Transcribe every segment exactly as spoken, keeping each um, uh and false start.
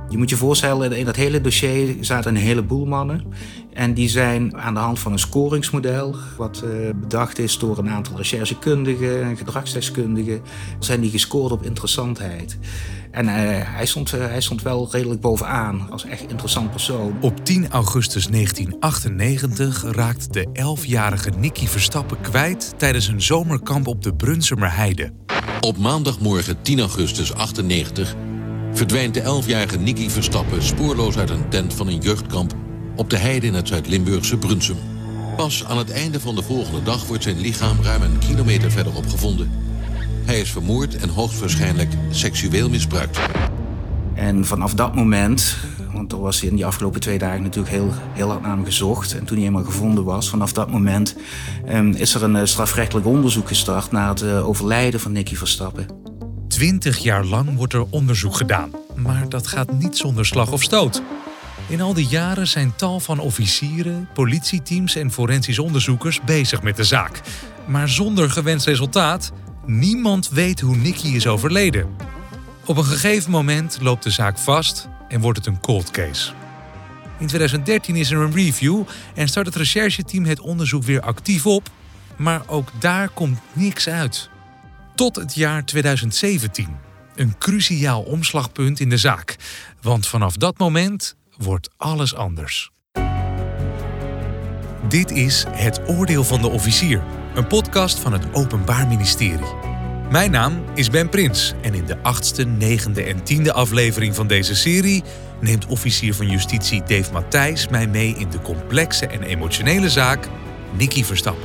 Je moet je voorstellen, in dat hele dossier zaten een heleboel mannen. En die zijn aan de hand van een scoringsmodel, wat uh, bedacht is door een aantal recherchekundigen en gedragsdeskundigen, zijn die gescoord op interessantheid. En uh, hij, stond, uh, hij stond wel redelijk bovenaan als echt interessant persoon. Op tien augustus negentien achtennegentig raakt de elfjarige Nicky Verstappen kwijt tijdens een zomerkamp op de Brunsumer Heide. Op maandagmorgen tien augustus achtennegentig verdwijnt de elfjarige Nicky Verstappen spoorloos uit een tent van een jeugdkamp op de heide in het Zuid-Limburgse Brunsum. Pas aan het einde van de volgende dag wordt zijn lichaam ruim een kilometer verderop gevonden. Hij is vermoord en hoogstwaarschijnlijk seksueel misbruikt. En vanaf dat moment, want er was in die afgelopen twee dagen natuurlijk heel, heel hard naar hem gezocht. En toen hij eenmaal gevonden was, vanaf dat moment um, is er een uh, strafrechtelijk onderzoek gestart naar het uh, overlijden van Nicky Verstappen. Twintig jaar lang wordt er onderzoek gedaan, maar dat gaat niet zonder slag of stoot. In al die jaren zijn tal van officieren, politieteams en forensisch onderzoekers bezig met de zaak. Maar zonder gewenst resultaat. Niemand weet hoe Nicky is overleden. Op een gegeven moment loopt de zaak vast en wordt het een cold case. In twintig dertien is er een review en start het rechercheteam het onderzoek weer actief op. Maar ook daar komt niks uit. Tot het jaar twintig zeventien. Een cruciaal omslagpunt in de zaak. Want vanaf dat moment wordt alles anders. Dit is Het Oordeel van de Officier. Een podcast van het Openbaar Ministerie. Mijn naam is Ben Prins en in de achtste, negende en tiende aflevering van deze serie neemt officier van justitie Dave Matthijs mij mee in de complexe en emotionele zaak Nicky Verstappen.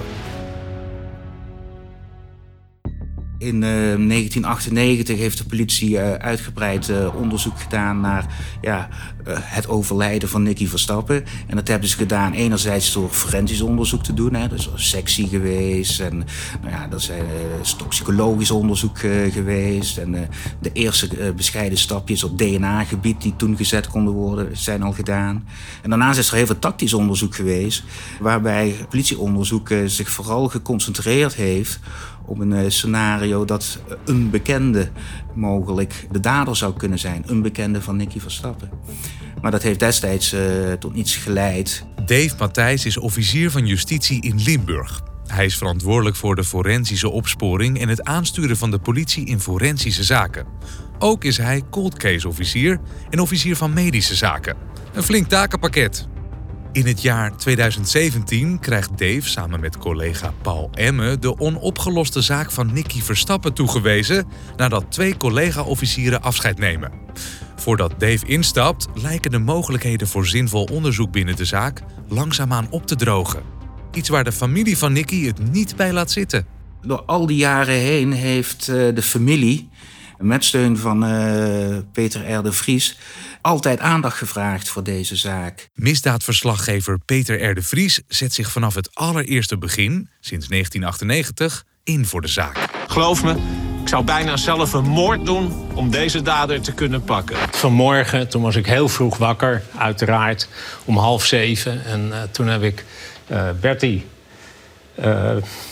In uh, negentien achtennegentig heeft de politie uh, uitgebreid uh, onderzoek gedaan naar ja, uh, het overlijden van Nicky Verstappen. En dat hebben ze gedaan enerzijds door forensisch onderzoek te doen. Hè. Dus er is sectie geweest en nou ja, er zijn, uh, is toxicologisch onderzoek uh, geweest. En uh, de eerste uh, bescheiden stapjes op D N A-gebied die toen gezet konden worden, zijn al gedaan. En daarnaast is er heel veel tactisch onderzoek geweest, waarbij politieonderzoek uh, zich vooral geconcentreerd heeft op een scenario dat een bekende mogelijk de dader zou kunnen zijn. Een bekende van Nicky Verstappen. Maar dat heeft destijds uh, tot niets geleid. Dave Matthijs is officier van justitie in Limburg. Hij is verantwoordelijk voor de forensische opsporing en het aansturen van de politie in forensische zaken. Ook is hij cold case officier en officier van medische zaken. Een flink takenpakket. In het jaar twintig zeventien krijgt Dave samen met collega Paul Emme de onopgeloste zaak van Nicky Verstappen toegewezen nadat twee collega-officieren afscheid nemen. Voordat Dave instapt, lijken de mogelijkheden voor zinvol onderzoek binnen de zaak langzaamaan op te drogen. Iets waar de familie van Nicky het niet bij laat zitten. Door al die jaren heen heeft uh, de familie, met steun van uh, Peter R. de Vries, altijd aandacht gevraagd voor deze zaak. Misdaadverslaggever Peter R. de Vries zet zich vanaf het allereerste begin, sinds negentien achtennegentig, in voor de zaak. Geloof me, ik zou bijna zelf een moord doen om deze dader te kunnen pakken. Vanmorgen, toen was ik heel vroeg wakker, uiteraard, om half zeven. En uh, toen heb ik uh, Bertie uh,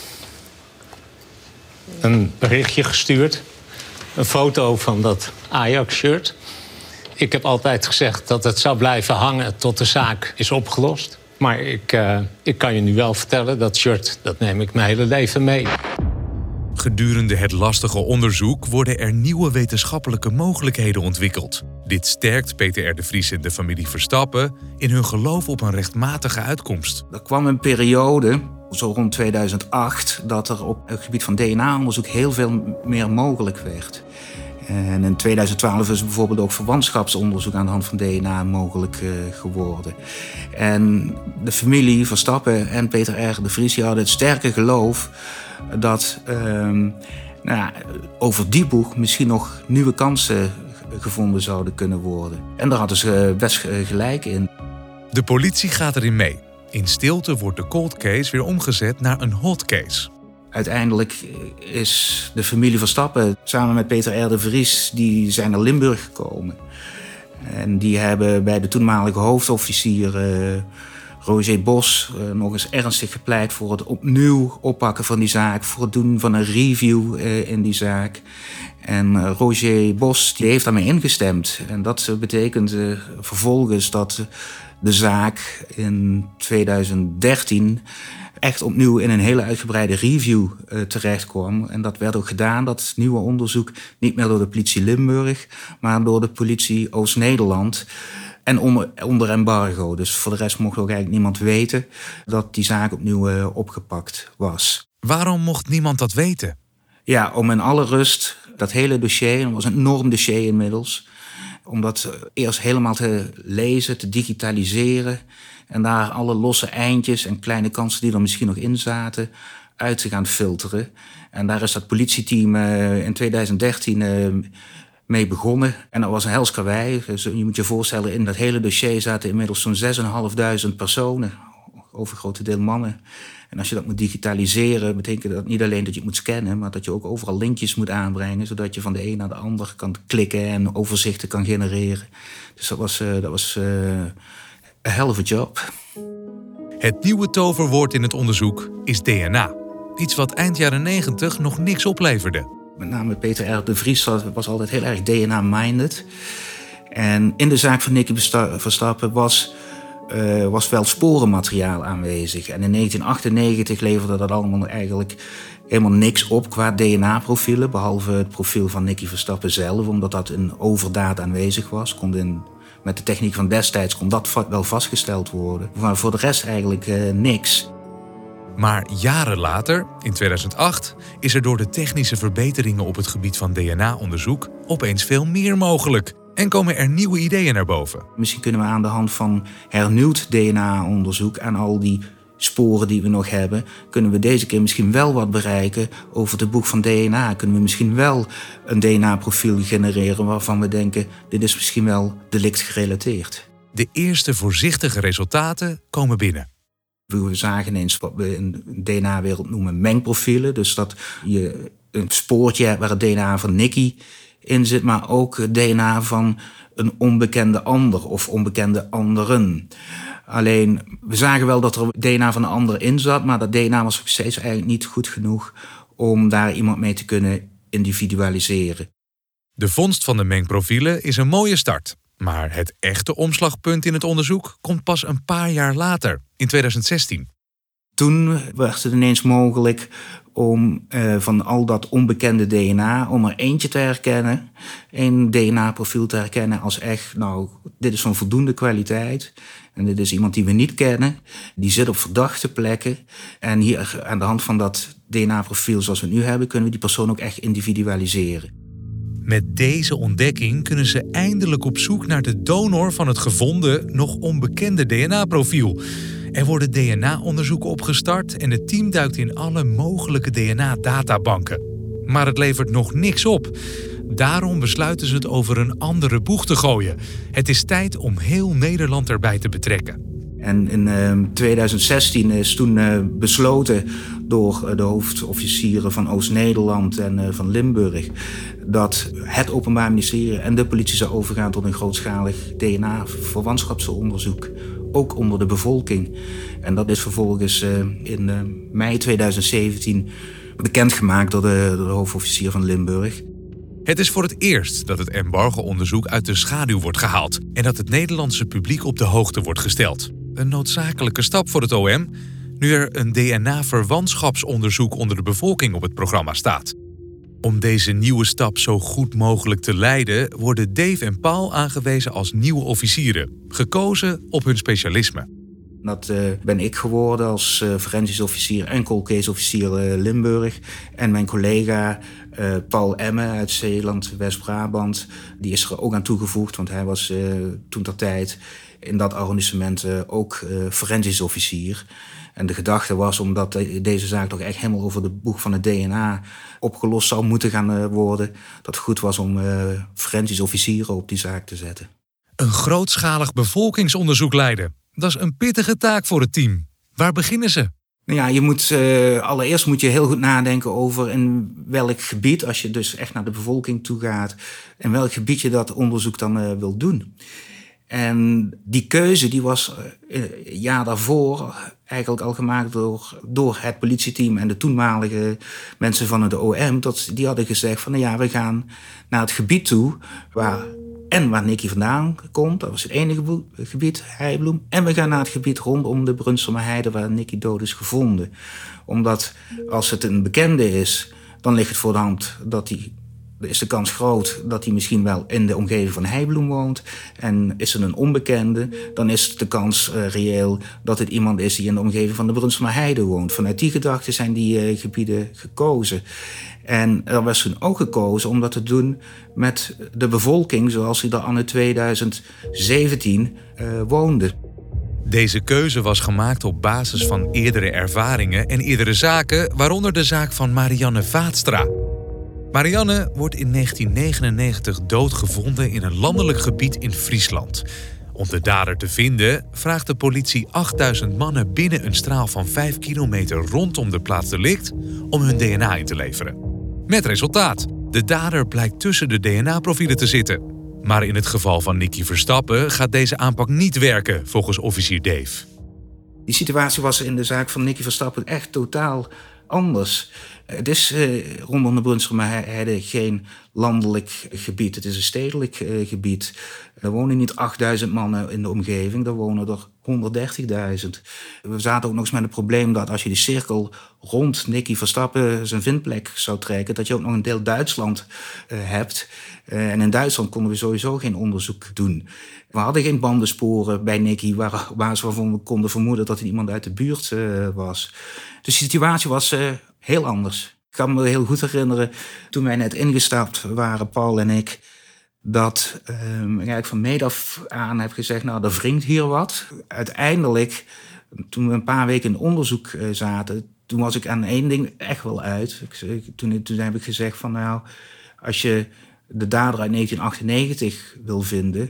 een berichtje gestuurd. Een foto van dat Ajax-shirt. Ik heb altijd gezegd dat het zou blijven hangen tot de zaak is opgelost. Maar ik, uh, ik kan je nu wel vertellen, dat shirt, dat neem ik mijn hele leven mee. Gedurende het lastige onderzoek worden er nieuwe wetenschappelijke mogelijkheden ontwikkeld. Dit sterkt Peter R. de Vries en de familie Verstappen in hun geloof op een rechtmatige uitkomst. Er kwam een periode, zo rond tweeduizend acht, dat er op het gebied van D N A-onderzoek heel veel meer mogelijk werd. En in tweeduizend twaalf is bijvoorbeeld ook verwantschapsonderzoek aan de hand van D N A mogelijk uh, geworden. En de familie Verstappen en Peter R. de Vries hadden het sterke geloof dat uh, nou ja, over die boeg misschien nog nieuwe kansen gevonden zouden kunnen worden. En daar hadden ze best gelijk in. De politie gaat erin mee. In stilte wordt de cold case weer omgezet naar een hot case. Uiteindelijk is de familie Verstappen samen met Peter R. de Vries, die zijn naar Limburg gekomen. En die hebben bij de toenmalige hoofdofficier uh, Roger Bos uh, nog eens ernstig gepleit voor het opnieuw oppakken van die zaak, voor het doen van een review uh, in die zaak. En uh, Roger Bos die heeft daarmee ingestemd. En dat uh, betekent uh, vervolgens dat uh, de zaak in tweeduizend dertien echt opnieuw in een hele uitgebreide review uh, terecht kwam. En dat werd ook gedaan, dat nieuwe onderzoek, niet meer door de politie Limburg, maar door de politie Oost-Nederland. En onder, onder embargo. Dus voor de rest mocht ook eigenlijk niemand weten dat die zaak opnieuw uh, opgepakt was. Waarom mocht niemand dat weten? Ja, om in alle rust dat hele dossier, dat was een enorm dossier inmiddels, om dat eerst helemaal te lezen, te digitaliseren en daar alle losse eindjes en kleine kansen die er misschien nog in zaten uit te gaan filteren. En daar is dat politieteam uh, in tweeduizend dertien uh, mee begonnen. En dat was een hels karwei. Dus je moet je voorstellen, in dat hele dossier zaten inmiddels zo'n zes en een half duizend personen, overgrote deel mannen. En als je dat moet digitaliseren, betekent dat niet alleen dat je het moet scannen, maar dat je ook overal linkjes moet aanbrengen, zodat je van de een naar de ander kan klikken en overzichten kan genereren. Dus dat was, uh, dat was uh, een hell of a job. Het nieuwe toverwoord in het onderzoek is D N A. Iets wat eind jaren negentig nog niks opleverde. Met name Peter R. de Vries was altijd heel erg D N A-minded. En in de zaak van Nicky Verstappen was, uh, was wel sporenmateriaal aanwezig. En in negentien achtennegentig leverde dat allemaal eigenlijk helemaal niks op qua D N A-profielen. Behalve het profiel van Nicky Verstappen zelf, omdat dat in overdaad aanwezig was. Kon in, met de techniek van destijds kon dat wel vastgesteld worden. Maar voor de rest eigenlijk uh, niks. Maar jaren later, in tweeduizend acht, is er door de technische verbeteringen op het gebied van D N A-onderzoek opeens veel meer mogelijk. En komen er nieuwe ideeën naar boven. Misschien kunnen we aan de hand van hernieuwd D N A-onderzoek en al die sporen die we nog hebben, kunnen we deze keer misschien wel wat bereiken over het boek van D N A. Kunnen we misschien wel een D N A-profiel genereren waarvan we denken, dit is misschien wel delict gerelateerd. De eerste voorzichtige resultaten komen binnen. We zagen eens wat we in de D N A-wereld noemen mengprofielen. Dus dat je een spoortje hebt waar het D N A van Nicky in zit, maar ook het D N A van een onbekende ander of onbekende anderen. Alleen, we zagen wel dat er D N A van een ander in zat, maar dat D N A was nog steeds eigenlijk niet goed genoeg om daar iemand mee te kunnen individualiseren. De vondst van de mengprofielen is een mooie start. Maar het echte omslagpunt in het onderzoek komt pas een paar jaar later, in tweeduizend zestien. Toen werd het ineens mogelijk om uh, van al dat onbekende D N A, om er eentje te herkennen, een D N A-profiel te herkennen als echt, nou, dit is van voldoende kwaliteit. En dit is iemand die we niet kennen, die zit op verdachte plekken. En hier aan de hand van dat D N A-profiel zoals we het nu hebben, kunnen we die persoon ook echt individualiseren. Met deze ontdekking kunnen ze eindelijk op zoek naar de donor van het gevonden, nog onbekende D N A-profiel. Er worden D N A-onderzoeken opgestart en het team duikt in alle mogelijke D N A-databanken. Maar het levert nog niks op. Daarom besluiten ze het over een andere boeg te gooien. Het is tijd om heel Nederland erbij te betrekken. En in uh, tweeduizend zestien is toen uh, besloten door uh, de hoofdofficieren van Oost-Nederland en uh, van Limburg dat het Openbaar Ministerie en de politie zou overgaan tot een grootschalig D N A-verwantschapsonderzoek, ook onder de bevolking. En dat is vervolgens uh, in uh, mei tweeduizend zeventien bekendgemaakt door de, door de hoofdofficier van Limburg. Het is voor het eerst dat het embargo-onderzoek uit de schaduw wordt gehaald en dat het Nederlandse publiek op de hoogte wordt gesteld. Een noodzakelijke stap voor het O M, nu er een D N A-verwantschapsonderzoek onder de bevolking op het programma staat. Om deze nieuwe stap zo goed mogelijk te leiden, worden Dave en Paul aangewezen als nieuwe officieren, gekozen op hun specialisme. Dat uh, ben ik geworden als uh, forensisch officier en cold case officier uh, Limburg. En mijn collega uh, Paul Emme uit Zeeland, West-Brabant, die is er ook aan toegevoegd, want hij was uh, toen ter tijd in dat arrondissement uh, ook uh, forensisch officier. En de gedachte was, omdat de, deze zaak toch echt helemaal over de boeg van het D N A opgelost zou moeten gaan uh, worden, dat het goed was om uh, forensisch officieren op die zaak te zetten. Een grootschalig bevolkingsonderzoek leiden. Dat is een pittige taak voor het team. Waar beginnen ze? Nou ja, je moet, uh, allereerst moet je heel goed nadenken over in welk gebied, als je dus echt naar de bevolking toe gaat, in welk gebied je dat onderzoek dan uh, wil doen. En die keuze die was een jaar daarvoor eigenlijk al gemaakt door, door het politieteam en de toenmalige mensen van het O M. Dat, die hadden gezegd van, nou ja, we gaan naar het gebied toe waar, en waar Nicky vandaan komt. Dat was het enige gebied, Heibloem. En we gaan naar het gebied rondom de Brunsumerheide waar Nicky dood is gevonden. Omdat als het een bekende is, dan ligt het voor de hand dat hij... is de kans groot dat hij misschien wel in de omgeving van Heibloem woont. En is het een onbekende, dan is de kans uh, reëel dat het iemand is die in de omgeving van de Brunsumerheide woont. Vanuit die gedachte zijn die uh, gebieden gekozen. En er was toen ook gekozen om dat te doen met de bevolking zoals die er anno tweeduizend zeventien uh, woonde. Deze keuze was gemaakt op basis van eerdere ervaringen en eerdere zaken, waaronder de zaak van Marianne Vaatstra. Marianne wordt in negentien negenennegentig doodgevonden in een landelijk gebied in Friesland. Om de dader te vinden vraagt de politie achtduizend mannen binnen een straal van vijf kilometer rondom de plaatsdelict om hun D N A in te leveren. Met resultaat. De dader blijkt tussen de D N A-profielen te zitten. Maar in het geval van Nicky Verstappen gaat deze aanpak niet werken, volgens officier Dave. Die situatie was in de zaak van Nicky Verstappen echt totaal anders. Het is uh, rondom de Brunsumerheide geen landelijk gebied. Het is een stedelijk uh, gebied. Er wonen niet achtduizend mannen in de omgeving. Er wonen er honderddertigduizend. We zaten ook nog eens met het probleem dat als je die cirkel rond Nicky Verstappen zijn vindplek zou trekken, dat je ook nog een deel Duitsland uh, hebt. Uh, en in Duitsland konden we sowieso geen onderzoek doen. We hadden geen bandensporen bij Nicky waar, waar waarvan we konden vermoeden dat er iemand uit de buurt uh, was. Dus de situatie was uh, heel anders. Ik kan me heel goed herinneren, toen wij net ingestapt waren, Paul en ik, dat um, ik eigenlijk van meet af aan heb gezegd, nou, er wringt hier wat. Uiteindelijk, toen we een paar weken in onderzoek uh, zaten, toen was ik aan één ding echt wel uit. Ik, toen, toen heb ik gezegd van, nou, als je de dader uit negentien achtennegentig wil vinden,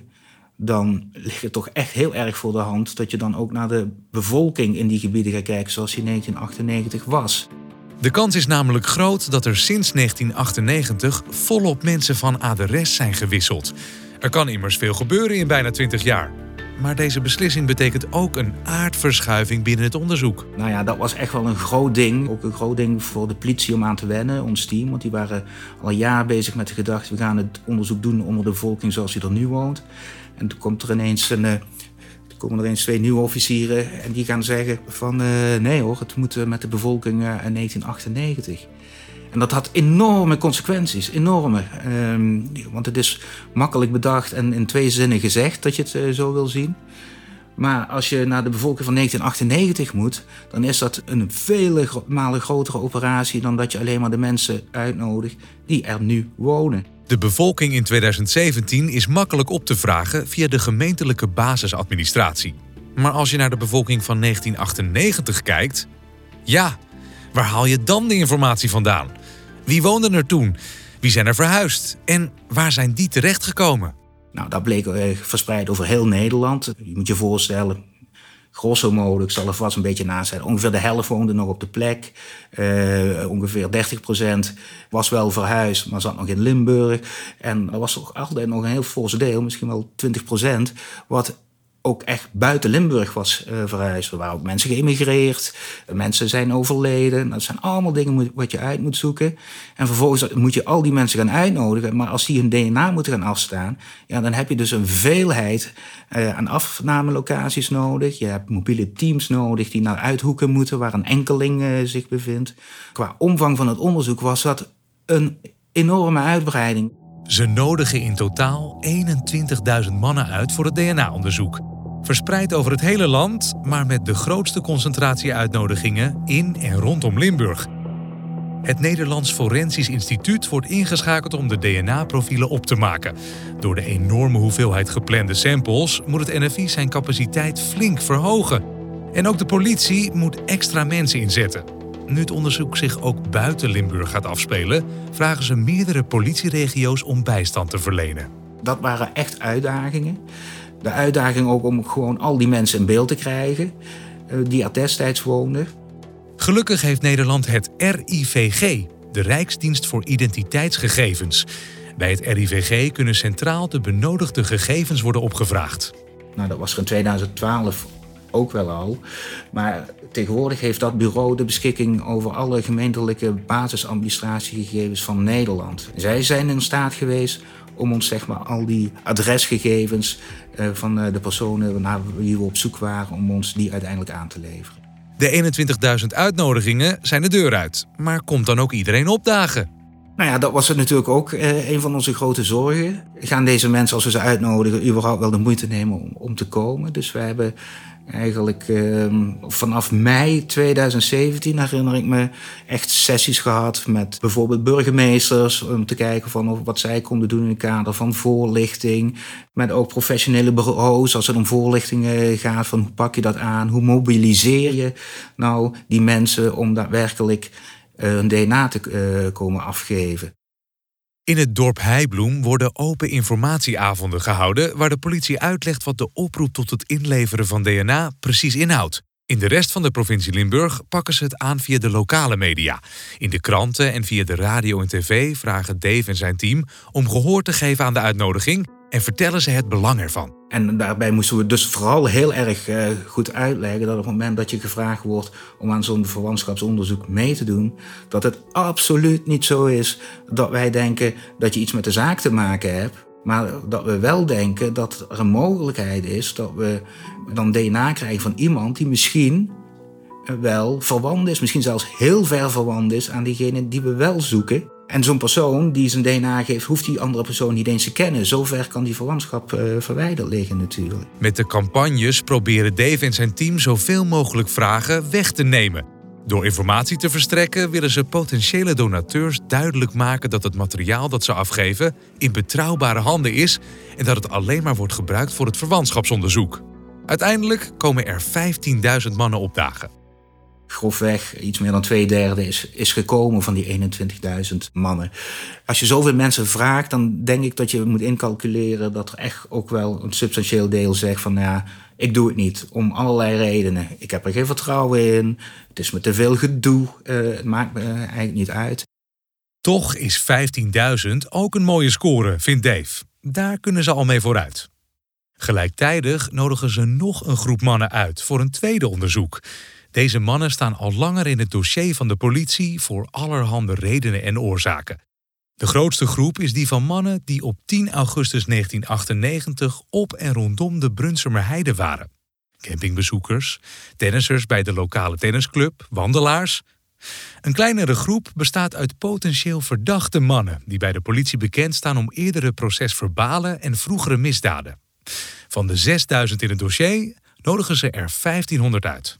dan ligt het toch echt heel erg voor de hand dat je dan ook naar de bevolking in die gebieden gaat kijken zoals die in negentien achtennegentig was. De kans is namelijk groot dat er sinds negentien achtennegentig volop mensen van adres zijn gewisseld. Er kan immers veel gebeuren in bijna twintig jaar. Maar deze beslissing betekent ook een aardverschuiving binnen het onderzoek. Nou ja, dat was echt wel een groot ding. Ook een groot ding voor de politie om aan te wennen, ons team. Want die waren al een jaar bezig met de gedachte, we gaan het onderzoek doen onder de bevolking zoals die er nu woont. En toen komt er ineens een, uh, komen er eens twee nieuwe officieren en die gaan zeggen van uh, nee hoor, het moet uh, met de bevolking uh, in negentien achtennegentig. En dat had enorme consequenties, enorme. Um, want het is makkelijk bedacht en in twee zinnen gezegd dat je het uh, zo wil zien. Maar als je naar de bevolking van negentien achtennegentig moet, dan is dat een vele malen grotere operatie dan dat je alleen maar de mensen uitnodigt die er nu wonen. De bevolking in tweeduizend zeventien is makkelijk op te vragen via de gemeentelijke basisadministratie. Maar als je naar de bevolking van negentien achtennegentig kijkt, ja, waar haal je dan de informatie vandaan? Wie woonde er toen? Wie zijn er verhuisd? En waar zijn die terechtgekomen? Nou, dat bleek uh, verspreid over heel Nederland. Je moet je voorstellen, grosso modo, ik zal er vast een beetje naast zijn, ongeveer de helft woonde nog op de plek. Uh, ongeveer dertig procent was wel verhuisd, maar zat nog in Limburg. En er was toch altijd nog een heel fors deel, misschien wel twintig procent, wat ook echt buiten Limburg was uh, verhuisd. Er waren ook mensen geëmigreerd, mensen zijn overleden. Dat zijn allemaal dingen wat je uit moet zoeken. En vervolgens moet je al die mensen gaan uitnodigen. Maar als die hun D N A moeten gaan afstaan, ja, dan heb je dus een veelheid uh, aan afnamelocaties nodig. Je hebt mobiele teams nodig die naar uithoeken moeten waar een enkeling uh, zich bevindt. Qua omvang van het onderzoek was dat een enorme uitbreiding. Ze nodigen in totaal eenentwintigduizend mannen uit voor het D N A-onderzoek. Verspreid over het hele land, maar met de grootste concentratie uitnodigingen in en rondom Limburg. Het Nederlands Forensisch Instituut wordt ingeschakeld om de D N A-profielen op te maken. Door de enorme hoeveelheid geplande samples moet het N F I zijn capaciteit flink verhogen. En ook de politie moet extra mensen inzetten. Nu het onderzoek zich ook buiten Limburg gaat afspelen, vragen ze meerdere politieregio's om bijstand te verlenen. Dat waren echt uitdagingen. De uitdaging ook om gewoon al die mensen in beeld te krijgen die er destijds woonden. Gelukkig heeft Nederland het R I V G, de Rijksdienst voor Identiteitsgegevens. Bij het R I V G kunnen centraal de benodigde gegevens worden opgevraagd. Nou, dat was er in tweeduizend twaalf ook wel al. Maar tegenwoordig heeft dat bureau de beschikking over alle gemeentelijke basisadministratiegegevens van Nederland. Zij zijn in staat geweest om ons zeg maar al die adresgegevens uh, van uh, de personen naar wie we op zoek waren, om ons die uiteindelijk aan te leveren. De eenentwintigduizend uitnodigingen zijn de deur uit. Maar komt dan ook iedereen opdagen? Nou ja, dat was het natuurlijk ook uh, een van onze grote zorgen. Gaan deze mensen, als we ze uitnodigen, überhaupt wel de moeite nemen om, om te komen? Dus we hebben eigenlijk uh, vanaf mei tweeduizend zeventien, herinner ik me, echt sessies gehad met bijvoorbeeld burgemeesters om te kijken van of wat zij konden doen in het kader van voorlichting. Met ook professionele bureaus als het om voorlichtingen gaat, van hoe pak je dat aan? Hoe mobiliseer je nou die mensen om daadwerkelijk uh, hun D N A te uh, komen afgeven? In het dorp Heibloem worden open informatieavonden gehouden waar de politie uitlegt wat de oproep tot het inleveren van D N A precies inhoudt. In de rest van de provincie Limburg pakken ze het aan via de lokale media. In de kranten en via de radio en tv vragen Dave en zijn team om gehoor te geven aan de uitnodiging en vertellen ze het belang ervan. En daarbij moesten we dus vooral heel erg uh, goed uitleggen dat op het moment dat je gevraagd wordt om aan zo'n verwantschapsonderzoek mee te doen, dat het absoluut niet zo is dat wij denken dat je iets met de zaak te maken hebt. Maar dat we wel denken dat er een mogelijkheid is dat we dan D N A krijgen van iemand die misschien wel verwant is, misschien zelfs heel ver verwant is aan diegene die we wel zoeken. En zo'n persoon die zijn D N A geeft, hoeft die andere persoon niet eens te kennen. Zover kan die verwantschap uh, verwijderd liggen natuurlijk. Met de campagnes proberen Dave en zijn team zoveel mogelijk vragen weg te nemen. Door informatie te verstrekken willen ze potentiële donateurs duidelijk maken dat het materiaal dat ze afgeven in betrouwbare handen is en dat het alleen maar wordt gebruikt voor het verwantschapsonderzoek. Uiteindelijk komen er vijftienduizend mannen opdagen. Grofweg iets meer dan twee derde is, is gekomen van die eenentwintigduizend mannen. Als je zoveel mensen vraagt, dan denk ik dat je moet incalculeren dat er echt ook wel een substantieel deel zegt van ja, ik doe het niet. Om allerlei redenen. Ik heb er geen vertrouwen in. Het is me te veel gedoe. Uh, het maakt me eigenlijk niet uit. Toch is vijftienduizend ook een mooie score, vindt Dave. Daar kunnen ze al mee vooruit. Gelijktijdig nodigen ze nog een groep mannen uit voor een tweede onderzoek. Deze mannen staan al langer in het dossier van de politie voor allerhande redenen en oorzaken. De grootste groep is die van mannen die op tien augustus negentien achtennegentig op en rondom de Brunsumer Heide waren. Campingbezoekers, tennissers bij de lokale tennisclub, wandelaars. Een kleinere groep bestaat uit potentieel verdachte mannen die bij de politie bekend staan om eerdere procesverbale en vroegere misdaden. Van de zesduizend in het dossier nodigen ze er vijftienhonderd uit.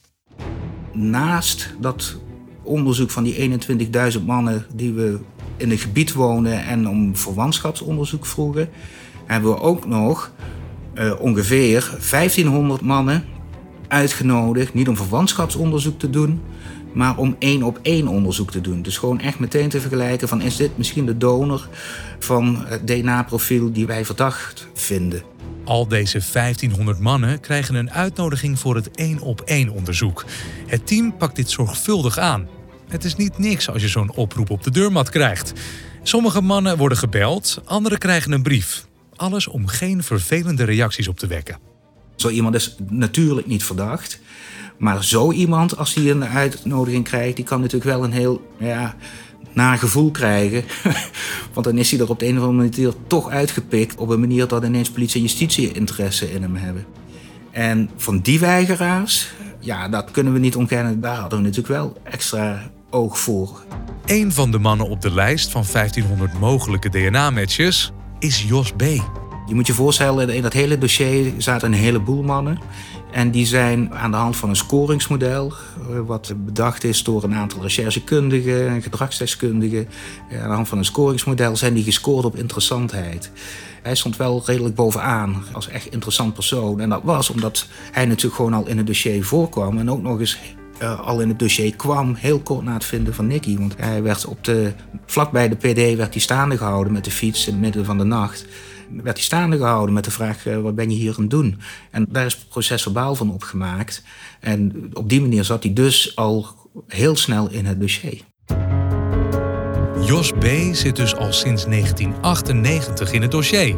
Naast dat onderzoek van die eenentwintigduizend mannen die we in het gebied wonen en om verwantschapsonderzoek vroegen, hebben we ook nog uh, ongeveer vijftienhonderd mannen uitgenodigd, niet om verwantschapsonderzoek te doen, maar om één op één onderzoek te doen. Dus gewoon echt meteen te vergelijken van is dit misschien de donor van het D N A-profiel die wij verdacht vinden. Al deze vijftienhonderd mannen krijgen een uitnodiging voor het één op één onderzoek. Het team pakt dit zorgvuldig aan. Het is niet niks als je zo'n oproep op de deurmat krijgt. Sommige mannen worden gebeld, anderen krijgen een brief. Alles om geen vervelende reacties op te wekken. Zo iemand is natuurlijk niet verdacht. Maar zo iemand, als hij een uitnodiging krijgt, die kan natuurlijk wel een heel ja, naar gevoel krijgen. Want dan is hij er op de een of andere manier toch uitgepikt op een manier dat ineens politie en justitie interesse in hem hebben. En van die weigeraars, ja, dat kunnen we niet ontkennen. Daar hadden we natuurlijk wel extra oog voor. Een van de mannen op de lijst van vijftienhonderd mogelijke D N A-matches is Jos B. Je moet je voorstellen, in dat hele dossier zaten een heleboel mannen. En die zijn aan de hand van een scoringsmodel, wat bedacht is door een aantal recherchekundigen en gedragsdeskundigen. Aan de hand van een scoringsmodel zijn die gescoord op interessantheid. Hij stond wel redelijk bovenaan als echt interessant persoon. En dat was omdat hij natuurlijk gewoon al in het dossier voorkwam. En ook nog eens uh, al in het dossier kwam, heel kort na het vinden van Nicky. Want hij werd op de, vlakbij de P D werd hij staande gehouden met de fiets in het midden van de nacht. Werd hij staande gehouden met de vraag, uh, wat ben je hier aan het doen? En daar is procesverbaal van opgemaakt. En op die manier zat hij dus al heel snel in het dossier. Jos B. zit dus al sinds negentien achtennegentig in het dossier.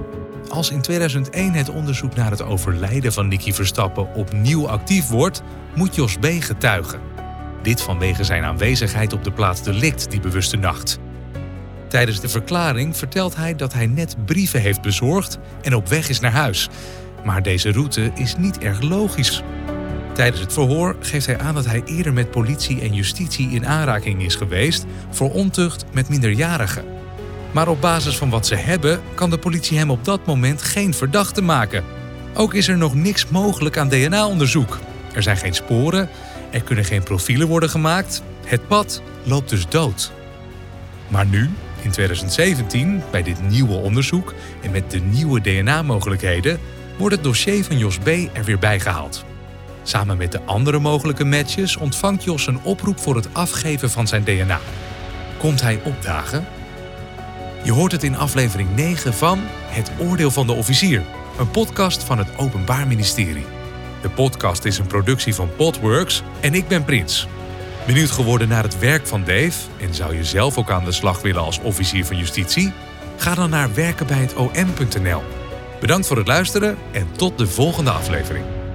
Als in tweeduizend één het onderzoek naar het overlijden van Nicky Verstappen opnieuw actief wordt, moet Jos B. getuigen. Dit vanwege zijn aanwezigheid op de plaats delict die bewuste nacht. Tijdens de verklaring vertelt hij dat hij net brieven heeft bezorgd en op weg is naar huis. Maar deze route is niet erg logisch. Tijdens het verhoor geeft hij aan dat hij eerder met politie en justitie in aanraking is geweest voor ontucht met minderjarigen. Maar op basis van wat ze hebben kan de politie hem op dat moment geen verdachte maken. Ook is er nog niks mogelijk aan D N A-onderzoek. Er zijn geen sporen, er kunnen geen profielen worden gemaakt. Het pad loopt dus dood. Maar nu, in tweeduizend zeventien, bij dit nieuwe onderzoek en met de nieuwe D N A-mogelijkheden, wordt het dossier van Jos B. er weer bijgehaald. Samen met de andere mogelijke matches ontvangt Jos een oproep voor het afgeven van zijn D N A. Komt hij opdagen? Je hoort het in aflevering negen van Het Oordeel van de Officier, een podcast van het Openbaar Ministerie. De podcast is een productie van Podworks en ik ben Prins. Benieuwd geworden naar het werk van Dave en zou je zelf ook aan de slag willen als officier van justitie? Ga dan naar werken bij het o m punt n l. Bedankt voor het luisteren en tot de volgende aflevering.